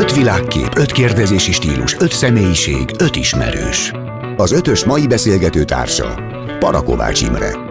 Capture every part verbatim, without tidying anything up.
Öt világkép, öt kérdezési stílus, öt személyiség, öt ismerős. Az Ötös mai beszélgető társa Parakovács Imre.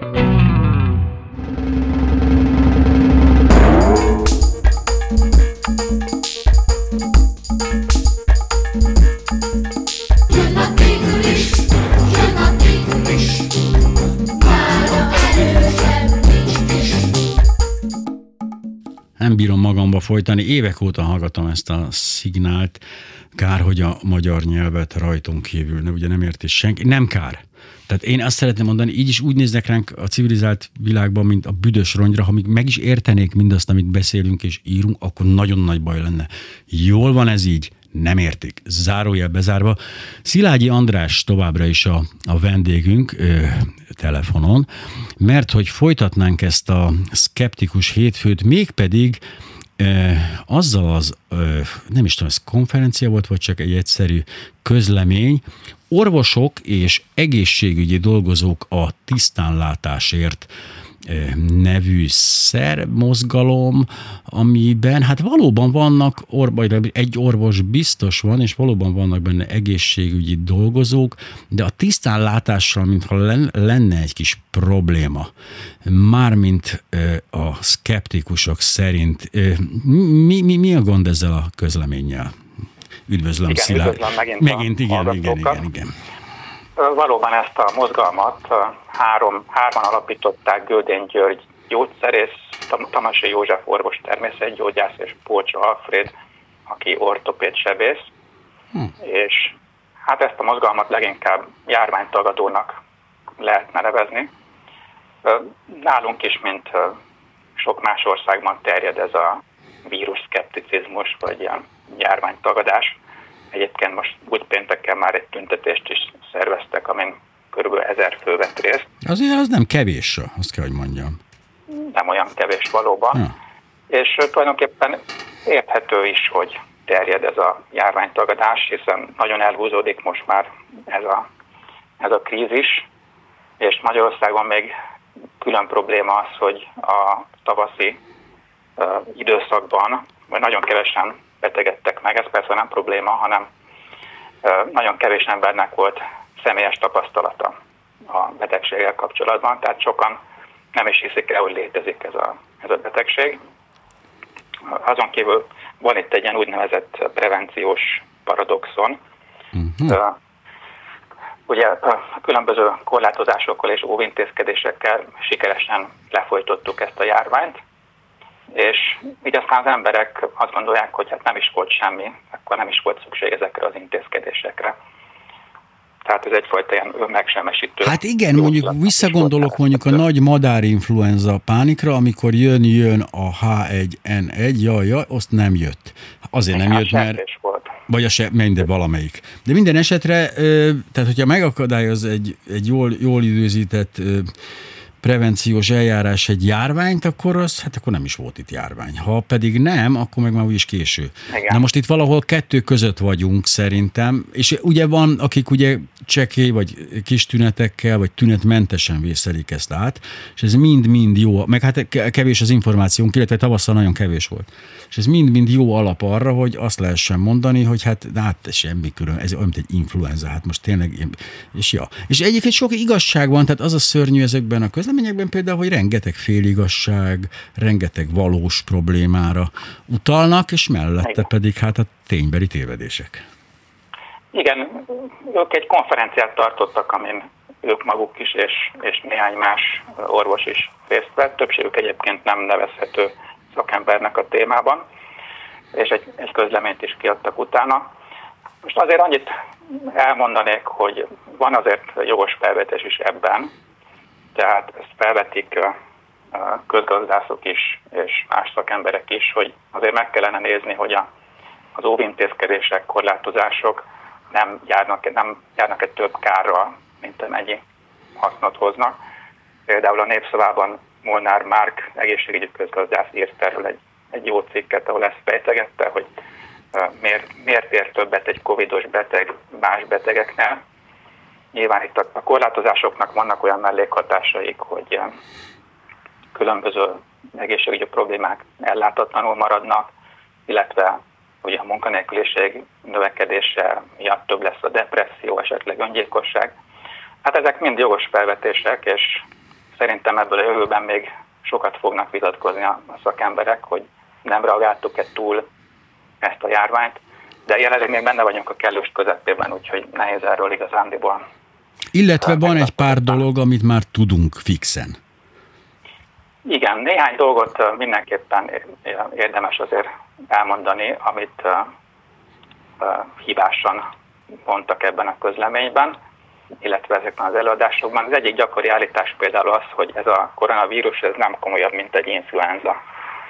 Nem bírom magamba folytani, évek óta hallgatom ezt a szignált, kár, hogy a magyar nyelvet rajtunk kívül, ne, ugye nem érti senki, nem kár. Tehát én azt szeretném mondani, így is úgy néznek ránk a civilizált világban, mint a büdös rongyra, ha még meg is értenék mindazt, amit beszélünk és írunk, akkor nagyon nagy baj lenne. Jól van ez így, nem értik. Zárójel bezárva. Szilágyi András továbbra is a, a vendégünk ö, telefonon, mert hogy folytatnánk ezt a szkeptikus hétfőt, mégpedig ö, azzal az, ö, nem is tudom, ez konferencia volt, vagy csak egy egyszerű közlemény, orvosok és egészségügyi dolgozók a tisztánlátásért nevű szermozgalom, amiben hát valóban vannak, egy orvos biztos van, és valóban vannak benne egészségügyi dolgozók, de a tisztánlátással, mintha lenne egy kis probléma. Mármint a szkeptikusok szerint. Mi, mi, mi a gond ezzel a közleménnyel? Üdvözlöm, Szilárd. Megint, megint igen, igen, igen, igen. Valóban ezt a mozgalmat három, hárman alapították: Göldén György gyógyszerész, Tamasi József orvos természetgyógyász és Pócsra Alfréd, aki ortopéd sebész. Hm. És hát ezt a mozgalmat leginkább járványtagadónak lehetne nevezni. Nálunk is, mint sok más országban terjed ez a vírus szkepticizmus, vagy ilyen járványtagadás. Egyébként most úgy pénteken már egy tüntetést is szerveztek, amin körülbelül ezer fő vett részt. Azért az nem kevés, azt kell, hogy mondjam. Nem olyan kevés valóban. Ja. És tulajdonképpen érthető is, hogy terjed ez a járványtagadás, hiszen nagyon elhúzódik most már ez a, ez a krízis, és Magyarországon még külön probléma az, hogy a tavaszi uh, időszakban, vagy nagyon kevesen betegedtek meg, ez persze nem probléma, hanem nagyon kevés embernek volt személyes tapasztalata a betegséggel kapcsolatban, tehát sokan nem is hiszik el, hogy létezik ez a, ez a betegség. Azon kívül van itt egy ilyen úgynevezett prevenciós paradoxon. Uh-huh. Ugye a különböző korlátozásokkal és óvintézkedésekkel sikeresen lefolytottuk ezt a járványt, és így aztán az emberek azt gondolják, hogy hát nem is volt semmi, akkor nem is volt szükség ezekre az intézkedésekre. Tehát ez egyfajta ilyen önmegsemmisítő. Hát igen, mondjuk visszagondolok mondjuk a nagy madárinfluenza pánikra, amikor jön-jön a há egy en egy, jaj, jaj, azt nem jött. Azért nem jött, mert... volt. Vagy a se, minden valamelyik. De minden esetre, tehát hogyha megakadályoz egy, egy jól, jól időzített prevenciós eljárás egy járványt, akkor az, hát akkor nem is volt itt járvány. Ha pedig nem, akkor meg már úgyis késő. Igen. Na most itt valahol kettő között vagyunk szerintem, és ugye van, akik ugye csekély, vagy kis tünetekkel, vagy tünetmentesen vészelik ezt át, és ez mind-mind jó, meg hát kevés az információnk, illetve tavasszal nagyon kevés volt. És ez mind-mind jó alap arra, hogy azt lehessen mondani, hogy hát, hát semmi külön, ez olyan, mint egy influenza, hát most tényleg, és ja. És egyébként sok igazság van, tehát az a szörnyű ezekben a közleményekben például, hogy rengeteg féligazság, rengeteg valós problémára utalnak, és mellette pedig hát a ténybeli tévedések. Igen, ők egy konferenciát tartottak, amin ők maguk is, és, és néhány más orvos is részt vett. Többségük egyébként nem nevezhető szakembernek a témában, és egy, egy közleményt is kiadtak utána. Most azért annyit elmondanék, hogy van azért jogos felvetés is ebben, tehát ezt felvetik közgazdászok is, és más szakemberek is, hogy azért meg kellene nézni, hogy a, az óvintézkedések, korlátozások nem járnak, nem járnak egy több kárral, mint amennyi hasznot hoznak. Például a Népszavában Molnár Márk egészségügyi közgazdász írt erről egy, egy jó cikket, ahol ezt fejtegette, hogy uh, miért, miért ér többet egy covidos beteg más betegeknél. Nyilván itt a korlátozásoknak vannak olyan mellékhatásaik, hogy uh, különböző egészségügyi problémák ellátatlanul maradnak, illetve ugye a munkanélküliség növekedése miatt több lesz a depresszió, esetleg öngyilkosság. Hát ezek mind jogos felvetések, és szerintem ebből a jövőben még sokat fognak vitatkozni a szakemberek, hogy nem reagáltuk-e túl ezt a járványt, de jelenleg még benne vagyunk a kellős közepében, úgyhogy nehéz erről igazándiból. Illetve van egy pár dolog, amit már tudunk fixen. Igen, néhány dolgot mindenképpen érdemes azért elmondani, amit hibásan mondtak ebben a közleményben, illetve ezekben az előadásokban. Az egyik gyakori állítás például az, hogy ez a koronavírus ez nem komolyabb, mint egy influenza.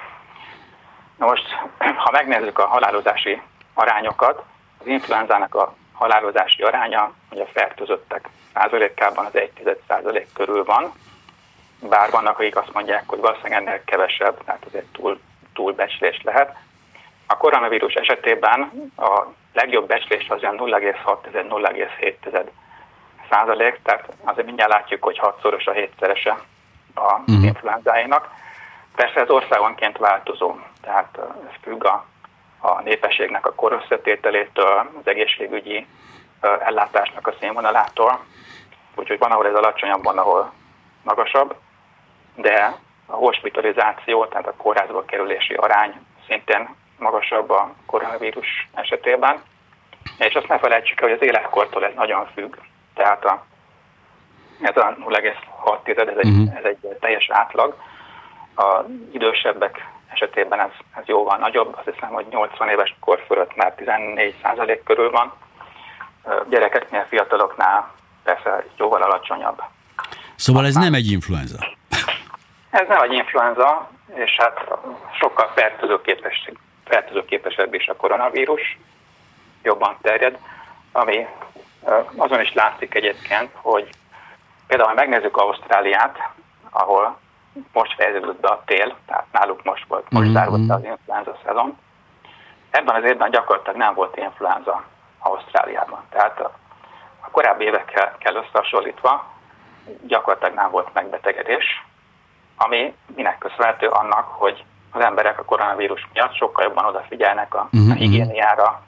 Na most, ha megnézzük a halálozási arányokat, az influenzának a halálozási aránya, hogy a fertőzöttek százalékában az egy tized százalék körül van, bár vannak, akik azt mondják, hogy valószínűleg ennél kevesebb, tehát ez egy túl, túlbecslés lehet. A koronavírus esetében a legjobb becslés az olyan nulla egész hat - nulla egész hét százalék, tehát azért mindjárt látjuk, hogy hatszoros a hétszerese az uh-huh. influenzáinak. Persze ez országonként változó, tehát ez függ a, a népességnek a korösszetételétől, az egészségügyi ellátásnak a színvonalától, úgyhogy van, ahol ez alacsonyabb, van, ahol magasabb, de a hospitalizáció, tehát a kórházba kerülési arány szintén magasabb a koronavírus esetében, és azt ne felejtsük el, hogy az életkortól ez nagyon függ, tehát a, ez a nulla egész hat ez egy, uh-huh. ez egy teljes átlag. Az idősebbek esetében ez, ez jóval nagyobb, azt hiszem, hogy nyolcvan éves kor fölött már tizennégy százalék körül van, gyerekeknél, fiataloknál persze jóval alacsonyabb. Szóval ez nem egy influenza? Ez nem egy influenza, és hát sokkal fertőzőképes, fertőzőképesebb is a koronavírus, jobban terjed, ami azon is látszik egyébként, hogy például, ha megnézzük Ausztráliát, ahol most fejeződött be a tél, tehát náluk most volt, most mm-hmm. zárult az influenza szezon. Ebben az évben gyakorlatilag nem volt influenza Ausztráliában. Tehát a, a korábbi évekkel kell összehasonlítva gyakorlatilag nem volt megbetegedés, ami minek köszönhető annak, hogy az emberek a koronavírus miatt sokkal jobban odafigyelnek a, mm-hmm. a higiéniára,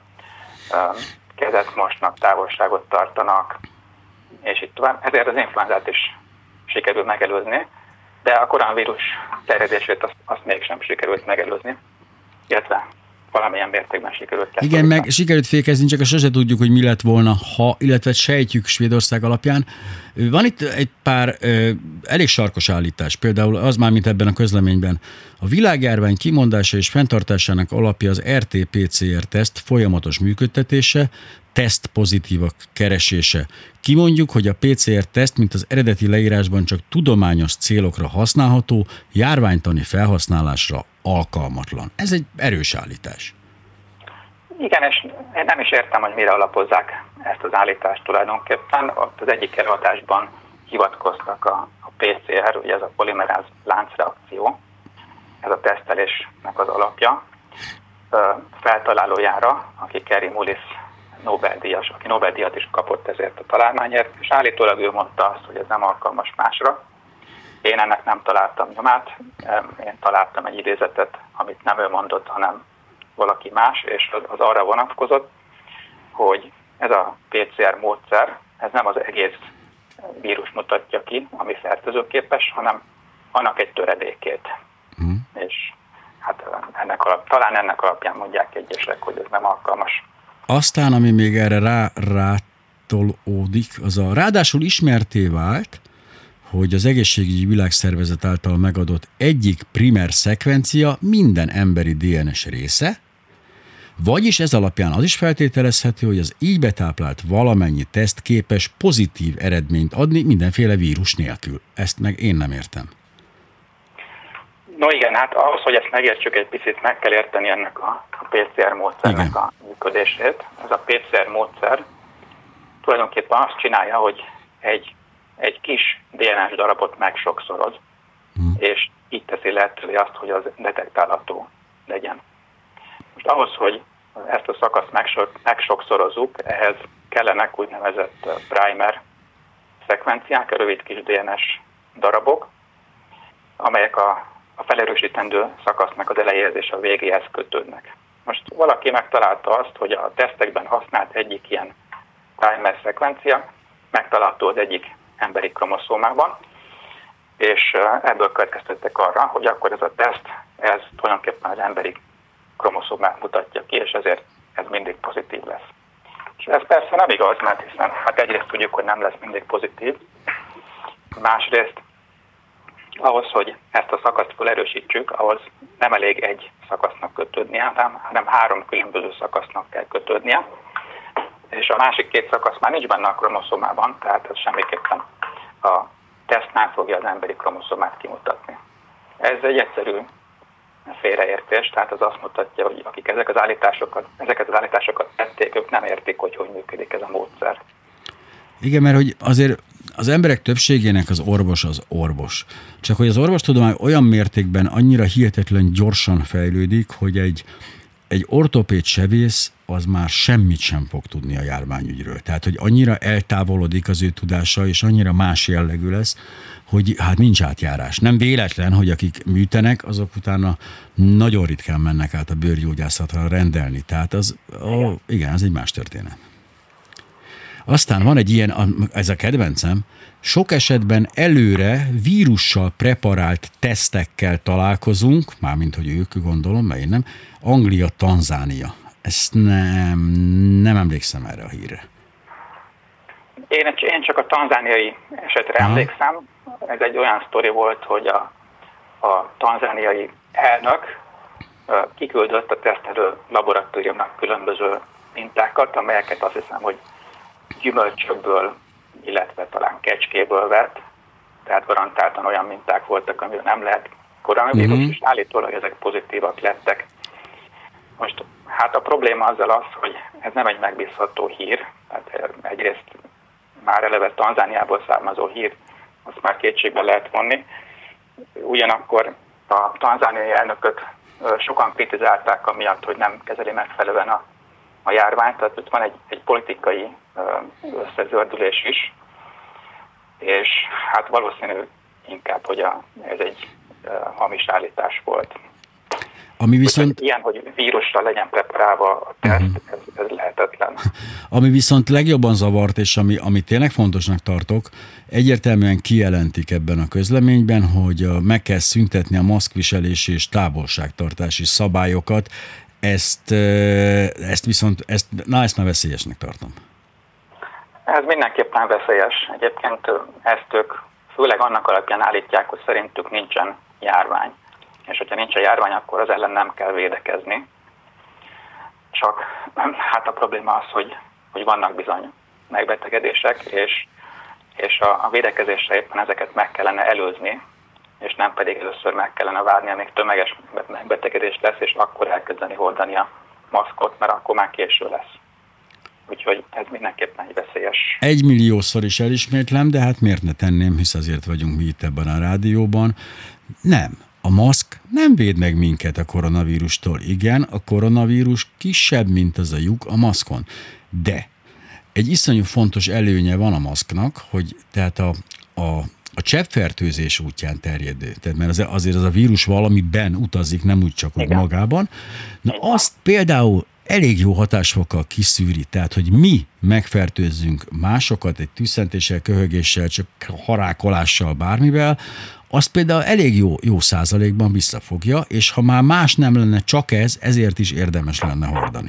kezet mosnak, távolságot tartanak, és így tovább. Ezért az influenzát is sikerül megelőzni, de a koronavírus terjedését azt, azt mégsem sikerült megelőzni, illetve valamilyen mértékben sikerült. Igen, meg sikerült fékezni, csak sose tudjuk, hogy mi lett volna, ha, illetve sejtjük Svédország alapján. Van itt egy pár ö, elég sarkos állítás, például az már, mint ebben a közleményben. A világjárvány kimondása és fenntartásának alapja az er té pé cé er teszt folyamatos működtetése, teszt pozitívak keresése. Kimondjuk, hogy a pé cé er teszt, mint az eredeti leírásban csak tudományos célokra használható, járványtani felhasználásra alkalmatlan. Ez egy erős állítás. Igen, és én nem is értem, hogy mire alapozzák ezt az állítást tulajdonképpen. Ott az egyik előadásban hivatkoztak a, a pé cé er, ugye ez a polimeráz láncreakció, ez a tesztelésnek az alapja, feltalálójára, aki Kary Mullis Nobel-díjas, aki Nobel-díjat is kapott ezért a találmányért, és állítólag ő mondta azt, hogy ez nem alkalmas másra. Én ennek nem találtam nyomát, én találtam egy idézetet, amit nem ő mondott, hanem valaki más, és az arra vonatkozott, hogy ez a pé cé er módszer, ez nem az egész vírus mutatja ki, ami fertőzőképes, hanem annak egy töredékét. Mm. És hát ennek alap, talán ennek alapján mondják egyesek, hogy ez nem alkalmas. Aztán, ami még erre rá, rátolódik, az a ráadásul ismerté vált, hogy az Egészségügyi Világszervezet által megadott egyik primer szekvencia minden emberi dé en es része, vagyis ez alapján az is feltételezhető, hogy az így betáplált valamennyi teszt képes pozitív eredményt adni mindenféle vírus nélkül. Ezt meg én nem értem. No igen, hát ahhoz, hogy ezt megértsük egy picit, meg kell érteni ennek a pé cé er módszernek igen. a működését. Ez a pé cé er módszer tulajdonképpen azt csinálja, hogy egy, egy kis dé en es darabot megsokszoroz, hmm. és így teszi lehetővé azt, hogy az detektálható legyen. Most ahhoz, hogy ezt a szakaszt megsokszorozzuk, ehhez kellenek úgynevezett primer szekvenciák, a rövid kis dé en es darabok, amelyek a, a felerősítendő szakasznak az elejéhez és a végéhez kötődnek. Most valaki megtalálta azt, hogy a tesztekben használt egyik ilyen primer szekvencia megtalálható az egyik emberi kromoszómában, és ebből következtettek arra, hogy akkor ez a teszt, ez tulajdonképpen az emberi kromoszómát mutatja ki, és ezért ez mindig pozitív lesz. És ez persze nem igaz, mert hiszen hát egyrészt tudjuk, hogy nem lesz mindig pozitív, másrészt ahhoz, hogy ezt a szakaszt felerősítsük, ahhoz nem elég egy szakasznak kötődnie, hanem, hanem három különböző szakasznak kell kötődnie, és a másik két szakasz már nincs benne a kromoszómában, tehát ez semmiképpen a teszt nem fogja az emberi kromoszómát kimutatni. Ez egy egyszerű félreértés, tehát az azt mutatja, hogy akik ezek az állításokat, ezeket az állításokat tették, ők nem értik, hogy hogy működik ez a módszer. Igen, mert hogy azért az emberek többségének az orvos az orvos. Csak hogy az orvostudomány olyan mértékben annyira hihetetlen gyorsan fejlődik, hogy egy, egy ortopéd sebész az már semmit sem fog tudni a járványügyről. Tehát, hogy annyira eltávolodik az ő tudása, és annyira más jellegű lesz, hogy hát nincs átjárás. Nem véletlen, hogy akik műtenek, azok utána nagyon ritkán mennek át a bőrgyógyászatra rendelni. Tehát az, ó, igen, ez egy más történet. Aztán van egy ilyen, ez a kedvencem, sok esetben előre vírussal preparált tesztekkel találkozunk, mármint, hogy ők gondolom, mert én nem, Anglia, Tanzánia. Ezt nem, nem emlékszem erre a hírre. Én, én csak a tanzániai esetre Aha. emlékszem. Ez egy olyan sztori volt, hogy a, a tanzániai elnök kiküldött a tesztelő laboratóriumnak különböző mintákat, amelyeket azt hiszem, hogy gyümölcsökből, illetve talán kecskéből vett, tehát garantáltan olyan minták voltak, amire nem lehet koronavírus, uh-huh. és állítólag ezek pozitívak lettek. Most hát a probléma azzal az, hogy ez nem egy megbízható hír, tehát egyrészt már eleve Tanzániából származó hír, azt már kétségbe lehet vonni. Ugyanakkor a tanzániai elnököt sokan kritizálták amiatt, hogy nem kezeli megfelelően a, a járványt, tehát ott van egy, egy politikai összezördülés is, és hát valószínű inkább, hogy a, ez egy uh, hamis állítás volt. Ami viszont... Úgy, ilyen, hogy vírussal legyen preparálva a teszt, uh-huh. ez, ez lehetetlen. Ami viszont legjobban zavart, és ami, ami tényleg fontosnak tartok, egyértelműen kijelentik ebben a közleményben, hogy meg kell szüntetni a maszkviselési és távolságtartási szabályokat. Ezt, ezt viszont, ezt, na ezt már veszélyesnek tartom. Ez mindenképpen veszélyes. Egyébként ezt ők főleg annak alapján állítják, hogy szerintük nincsen járvány. És hogyha nincs a járvány, akkor az ellen nem kell védekezni. Csak hát a probléma az, hogy, hogy vannak bizony megbetegedések, és, és a, a védekezésre éppen ezeket meg kellene előzni, és nem pedig először meg kellene várni, amíg tömeges megbetegedés lesz, és akkor elkezdeni hordani a maszkot, mert akkor már késő lesz. Úgyhogy ez mindenképpen egy veszélyes. Egymilliószor is elismétlem, de hát miért ne tenném, hisz azért vagyunk mi itt ebben a rádióban. Nem. A maszk nem véd meg minket a koronavírustól. Igen, a koronavírus kisebb, mint az a lyuk a maszkon. De egy iszonyú fontos előnye van a maszknak, hogy tehát a, a, a cseppfertőzés útján terjedő. Tehát mert az, azért az a vírus valamiben utazik, nem úgy csak úgy magában. Na azt például elég jó hatásfokkal kiszűri, tehát hogy mi megfertőzzünk másokat egy tüsszentéssel, köhögéssel, csak harákolással, bármivel, azt például elég jó, jó százalékban visszafogja, és ha már más nem lenne, csak ez, ezért is érdemes lenne hordani.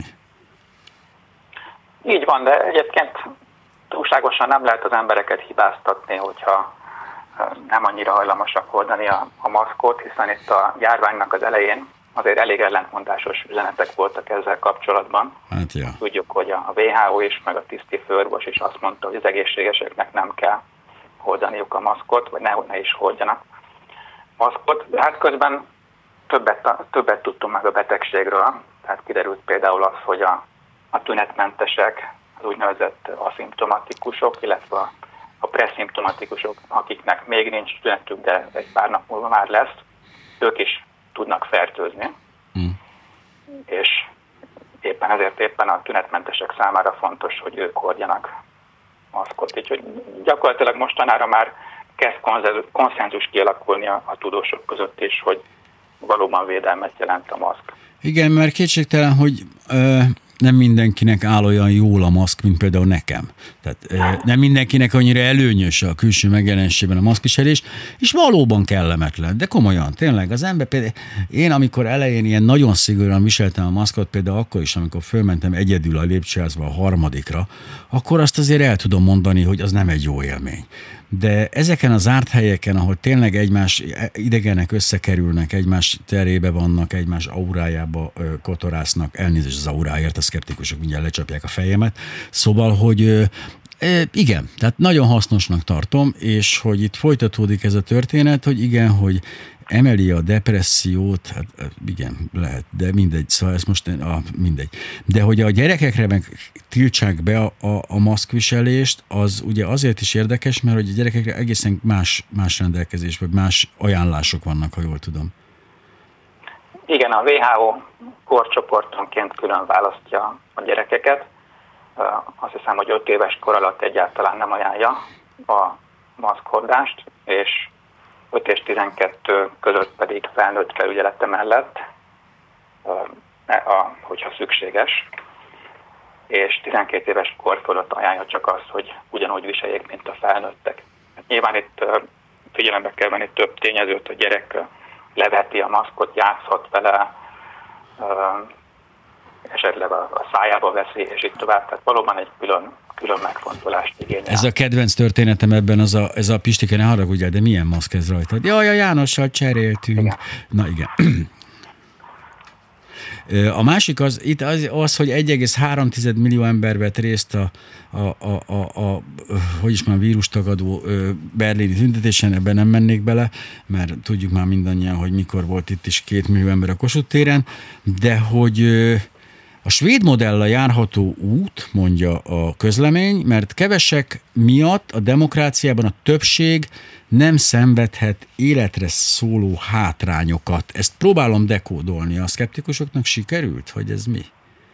Így van, de egyébként túlságosan nem lehet az embereket hibáztatni, hogyha nem annyira hajlamosak hordani a, a maszkot, hiszen itt a járványnak az elején azért elég ellentmondásos üzenetek voltak ezzel kapcsolatban. Hát ja. Tudjuk, hogy a vé há ó is, meg a tiszti főorvos is azt mondta, hogy az egészségeseknek nem kell hordaniuk a maszkot, vagy ne, ne is hordjanak maszkot. De hát közben többet, többet tudtunk meg a betegségről. Tehát kiderült például az, hogy a, a tünetmentesek, az úgynevezett aszimptomatikusok, illetve a, a preszimptomatikusok, akiknek még nincs tünetük, de egy pár nap múlva már lesz, ők is tudnak fertőzni. Mm. És éppen ezért éppen a tünetmentesek számára fontos, hogy ők hordjanak maszkot. Úgyhogy gyakorlatilag mostanára már kezd konszenzus kialakulni a, a tudósok között is, hogy valóban védelmet jelent a maszk. Igen, mert kétségtelen, hogy ö, nem mindenkinek áll olyan jól a maszk, mint például nekem. Tehát ö, nem mindenkinek annyira előnyös a külső megjelenésében a maszkviselés, és valóban kellemetlen. De komolyan, tényleg az ember például, én amikor elején ilyen nagyon szigorúan viseltem a maszkot, például akkor is, amikor fölmentem egyedül a lépcsőházba a harmadikra, akkor azt azért el tudom mondani, hogy az nem egy jó élmény. De ezeken a zárt helyeken, ahol tényleg egymás idegenek összekerülnek, egymás terébe vannak, egymás aurájába kotorásznak, elnézést az auráért, a szkeptikusok mindjárt lecsapják a fejemet. Szóval, hogy igen, tehát nagyon hasznosnak tartom, és hogy itt folytatódik ez a történet, hogy igen, hogy emeli a depressziót, hát igen, lehet, de mindegy, szóval ez most ah, mindegy. De hogy a gyerekekre meg tiltsák be a, a, a maszkviselést, az ugye azért is érdekes, mert hogy a gyerekekre egészen más, más rendelkezés, vagy más ajánlások vannak, ha jól tudom. Igen, a vé há o korcsoportonként külön választja a gyerekeket. Azt hiszem, hogy öt éves kor alatt egyáltalán nem ajánlja a maszkhordást, és öt és tizenkettő között pedig felnőtt felügyelete mellett, hogyha szükséges, és tizenkét éves kor fölött ajánlja csak azt, hogy ugyanúgy viseljék, mint a felnőttek. Nyilván itt figyelembe kell venni több tényezőt, a gyerek leveti a maszkot, játszhat vele, esetleg a szájába veszi, és így tovább. Tehát valóban egy külön, külön megfontolást igényel. Ez a kedvenc történetem ebben, az a, ez a Pistike, ne haragudjál, de milyen maszk ez rajtad? Jaj, a Jánossal cseréltünk. Igen. Na igen. A másik az, itt az, az hogy egy egész három millió ember vett részt a, a, a, a, a hogy is már vírustagadó berlini tüntetésen, ebben nem mennék bele, mert tudjuk már mindannyian, hogy mikor volt itt is két millió ember a Kossuth téren, de hogy a svéd modellel járható út, mondja a közlemény, mert kevesek miatt a demokráciában a többség nem szenvedhet életre szóló hátrányokat. Ezt próbálom dekódolni. A szkeptikusoknak sikerült, hogy ez mi?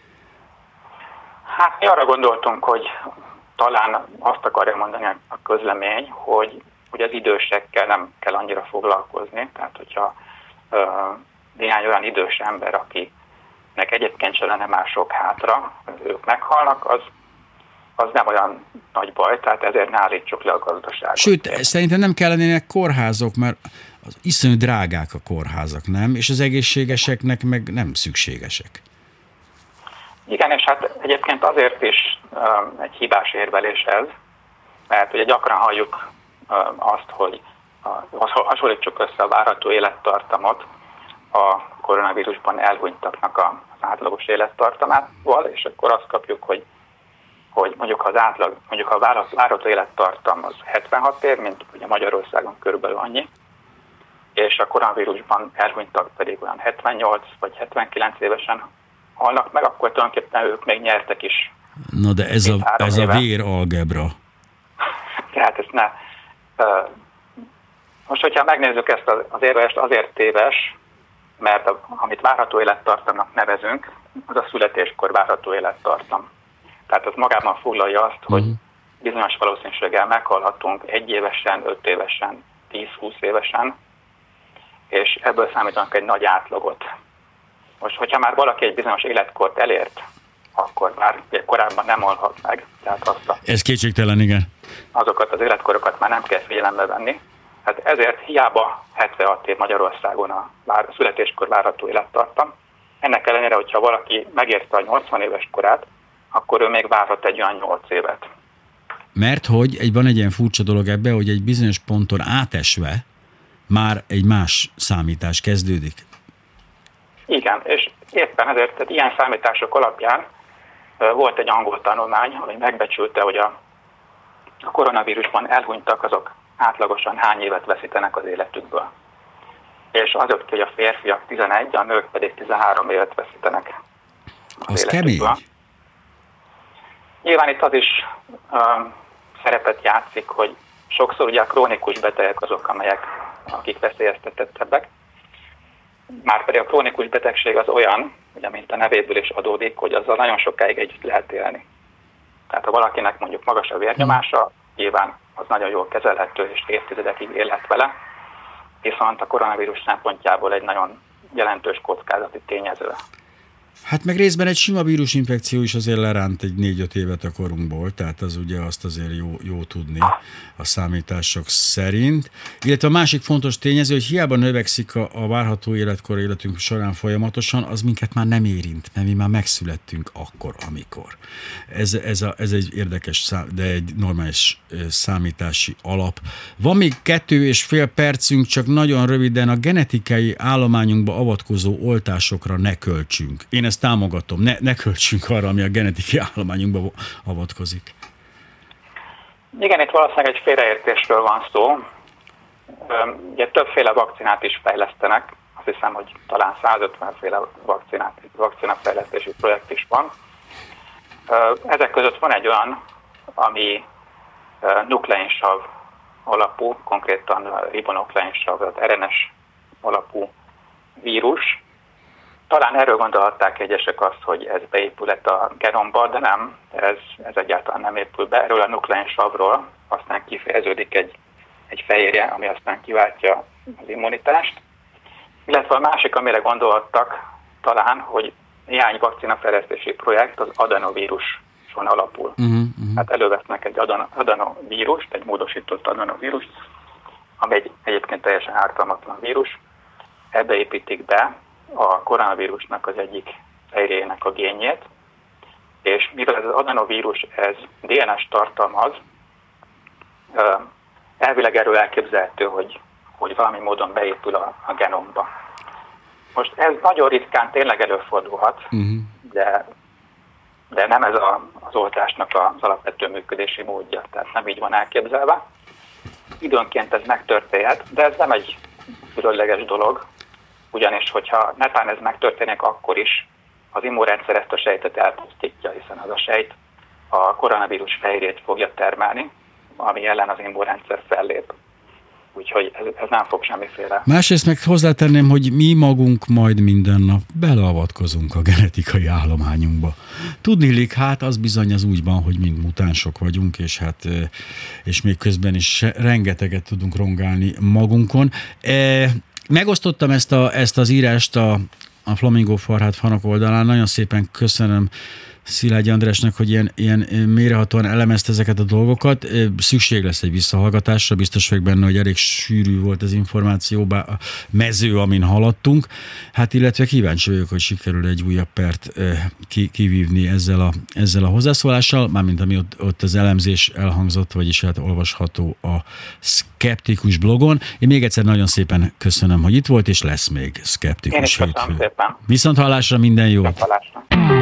Hát mi arra gondoltunk, hogy talán azt akarja mondani a közlemény, hogy, hogy az idősekkel nem kell annyira foglalkozni. Tehát, hogyha uh, néhány olyan idős ember, akinek egyébként se lenne már sok hátra, ők meghalnak, az az nem olyan nagy baj, tehát ezért ne állítsuk le a gazdaságot. Sőt, szerintem nem kellenének kórházok, mert az iszonyú drágák a kórházak, nem? És az egészségeseknek meg nem szükségesek. Igen, és hát egyébként azért is um, egy hibás érvelés ez, mert ugye gyakran halljuk um, azt, hogy uh, hasonlítsuk össze a várható élettartamot a koronavírusban elhunytaknak az átlagos élettartamával, és akkor azt kapjuk, hogy hogy mondjuk az átlag, mondjuk a várható élettartam az hetvenhat év, mint ugye Magyarországon körülbelül annyi, és a koronavírusban elhunytak pedig olyan hetvennyolc vagy hetvenkilenc évesen halnak meg, akkor tulajdonképpen ők még nyertek is. Na de ez a, ez a véralgebra. Tehát ezt ne... Most, hogyha megnézzük ezt az érvelést, azért téves, mert a, amit várható élettartamnak nevezünk, az a születéskor várható élettartam. Tehát az magában foglalja azt, hogy bizonyos valószínűséggel meghalhatunk egy évesen, öt évesen, tíz-húsz évesen, és ebből számítanak egy nagy átlagot. Most, hogyha már valaki egy bizonyos életkort elért, akkor már korábban nem halhat meg. Tehát azt a, Ez kétségtelen, igen. Azokat az életkorokat már nem kell figyelembe venni. Hát ezért hiába hetvenhat év Magyarországon a vár, születéskor várható élettartam. Ennek ellenére, hogyha valaki megérte a nyolcvan éves korát, akkor ő még várhat egy olyan nyolc évet. Mert hogy egy, van egy ilyen furcsa dolog ebbe, hogy egy bizonyos ponton átesve már egy más számítás kezdődik. Igen, és éppen ezért tehát ilyen számítások alapján volt egy angol tanulmány, ami megbecsülte, hogy a, a koronavírusban elhunytak, azok átlagosan hány évet veszítenek az életükből. És az jött ki, hogy a férfiak tizenegy, a nők pedig tizenhárom évet veszítenek az, az életükből. Kemény. Nyilván itt az is uh, szerepet játszik, hogy sokszor ugye a krónikus betegek azok, amelyek, akik veszélyeztetettebbek. Márpedig a krónikus betegség az olyan, ugye, mint a nevéből is adódik, hogy azzal nagyon sokáig együtt lehet élni. Tehát ha valakinek mondjuk magas a vérnyomása, nyilván az nagyon jól kezelhető, és évtizedekig élhet vele, viszont a koronavírus szempontjából egy nagyon jelentős kockázati tényező. Hát meg részben egy sima vírusinfekció is azért leránt egy négy-öt évet a korunkból, tehát az ugye azt azért jó, jó tudni a számítások szerint. Illetve a másik fontos tényező, hogy hiába növekszik a, a várható életkor életünk során folyamatosan, az minket már nem érint, mert mi már megszülettünk akkor, amikor. Ez, ez, a, ez egy érdekes, szám, de egy normális számítási alap. Van még kettő és fél percünk, csak nagyon röviden a genetikai állományunkba avatkozó oltásokra ne költsünk. Én ezt támogatom, ne, ne költsünk arra, ami a genetikai állományunkba avatkozik. Igen, itt valószínűleg egy félreértésről van szó. Ugye többféle vakcinát is fejlesztenek, azt hiszem, hogy talán százötvenféle vakcinát, vakcinafejlesztési projekt is van. Ezek között van egy olyan, ami nukleinsav alapú, konkrétan ribonukleinsav, az er en es alapú vírus. Talán erről gondolhatták egyesek azt, hogy ez beépület a genomba, de nem, ez, ez egyáltalán nem épül be. Erről a nukleinsavról aztán kifejeződik egy, egy fehérje, ami aztán kiváltja az immunitást. Illetve a másik, amire gondolhattak talán, hogy néhány vakcinafejlesztési projekt az adenovíruson alapul. Uh-huh, uh-huh. Hát elővesznek egy adenovírust, egy módosított adenovírust, ami egy egyébként teljesen ártalmatlan vírus, ebbe építik be a koronavírusnak az egyik fehérjének a génjét, és mivel ez az adenovírus, ez dé en es tartalmaz, elvileg erről elképzelhető, hogy, hogy valami módon beépül a, a genomba. Most ez nagyon ritkán tényleg előfordulhat, uh-huh. de, de nem ez a, az oltásnak az alapvető működési módja, tehát nem így van elképzelve. Időnként ez megtörténhet, de ez nem egy különleges dolog, ugyanis, hogyha netán ez megtörténik, akkor is az immunrendszer ezt a sejtet elpusztítja, hiszen az a sejt a koronavírus fehérjét fogja termelni, ami ellen az immunrendszer fellép. Úgyhogy ez, ez nem fog semmiféle. Másrészt meg hozzátenném, hogy mi magunk majd minden nap beleavatkozunk a genetikai állományunkba. Tudniillik, hát az bizony az úgy van, hogy mind mutánsok vagyunk, és hát és még közben is rengeteget tudunk rongálni magunkon. E, Megosztottam ezt, a, ezt az írást a, a Flamingo Farhát fanok oldalán. Nagyon szépen köszönöm Szilágyi Andrásnak, hogy ilyen, ilyen mélyrehatóan elemezte ezeket a dolgokat. Szükség lesz egy visszahallgatásra, biztos vagyok benne, hogy elég sűrű volt az információ, a mező, amin haladtunk. Hát illetve kíváncsi vagyok, hogy sikerül egy újabb pert kivívni ezzel a, ezzel a hozzászólással, mármint ami ott, ott az elemzés elhangzott, vagyis hát olvasható a Szkeptikus blogon. Én még egyszer nagyon szépen köszönöm, hogy itt volt, és lesz még Szkeptikus. Én is köszönöm szépen. Viszont hallásra, minden jót! Viszont hallásra.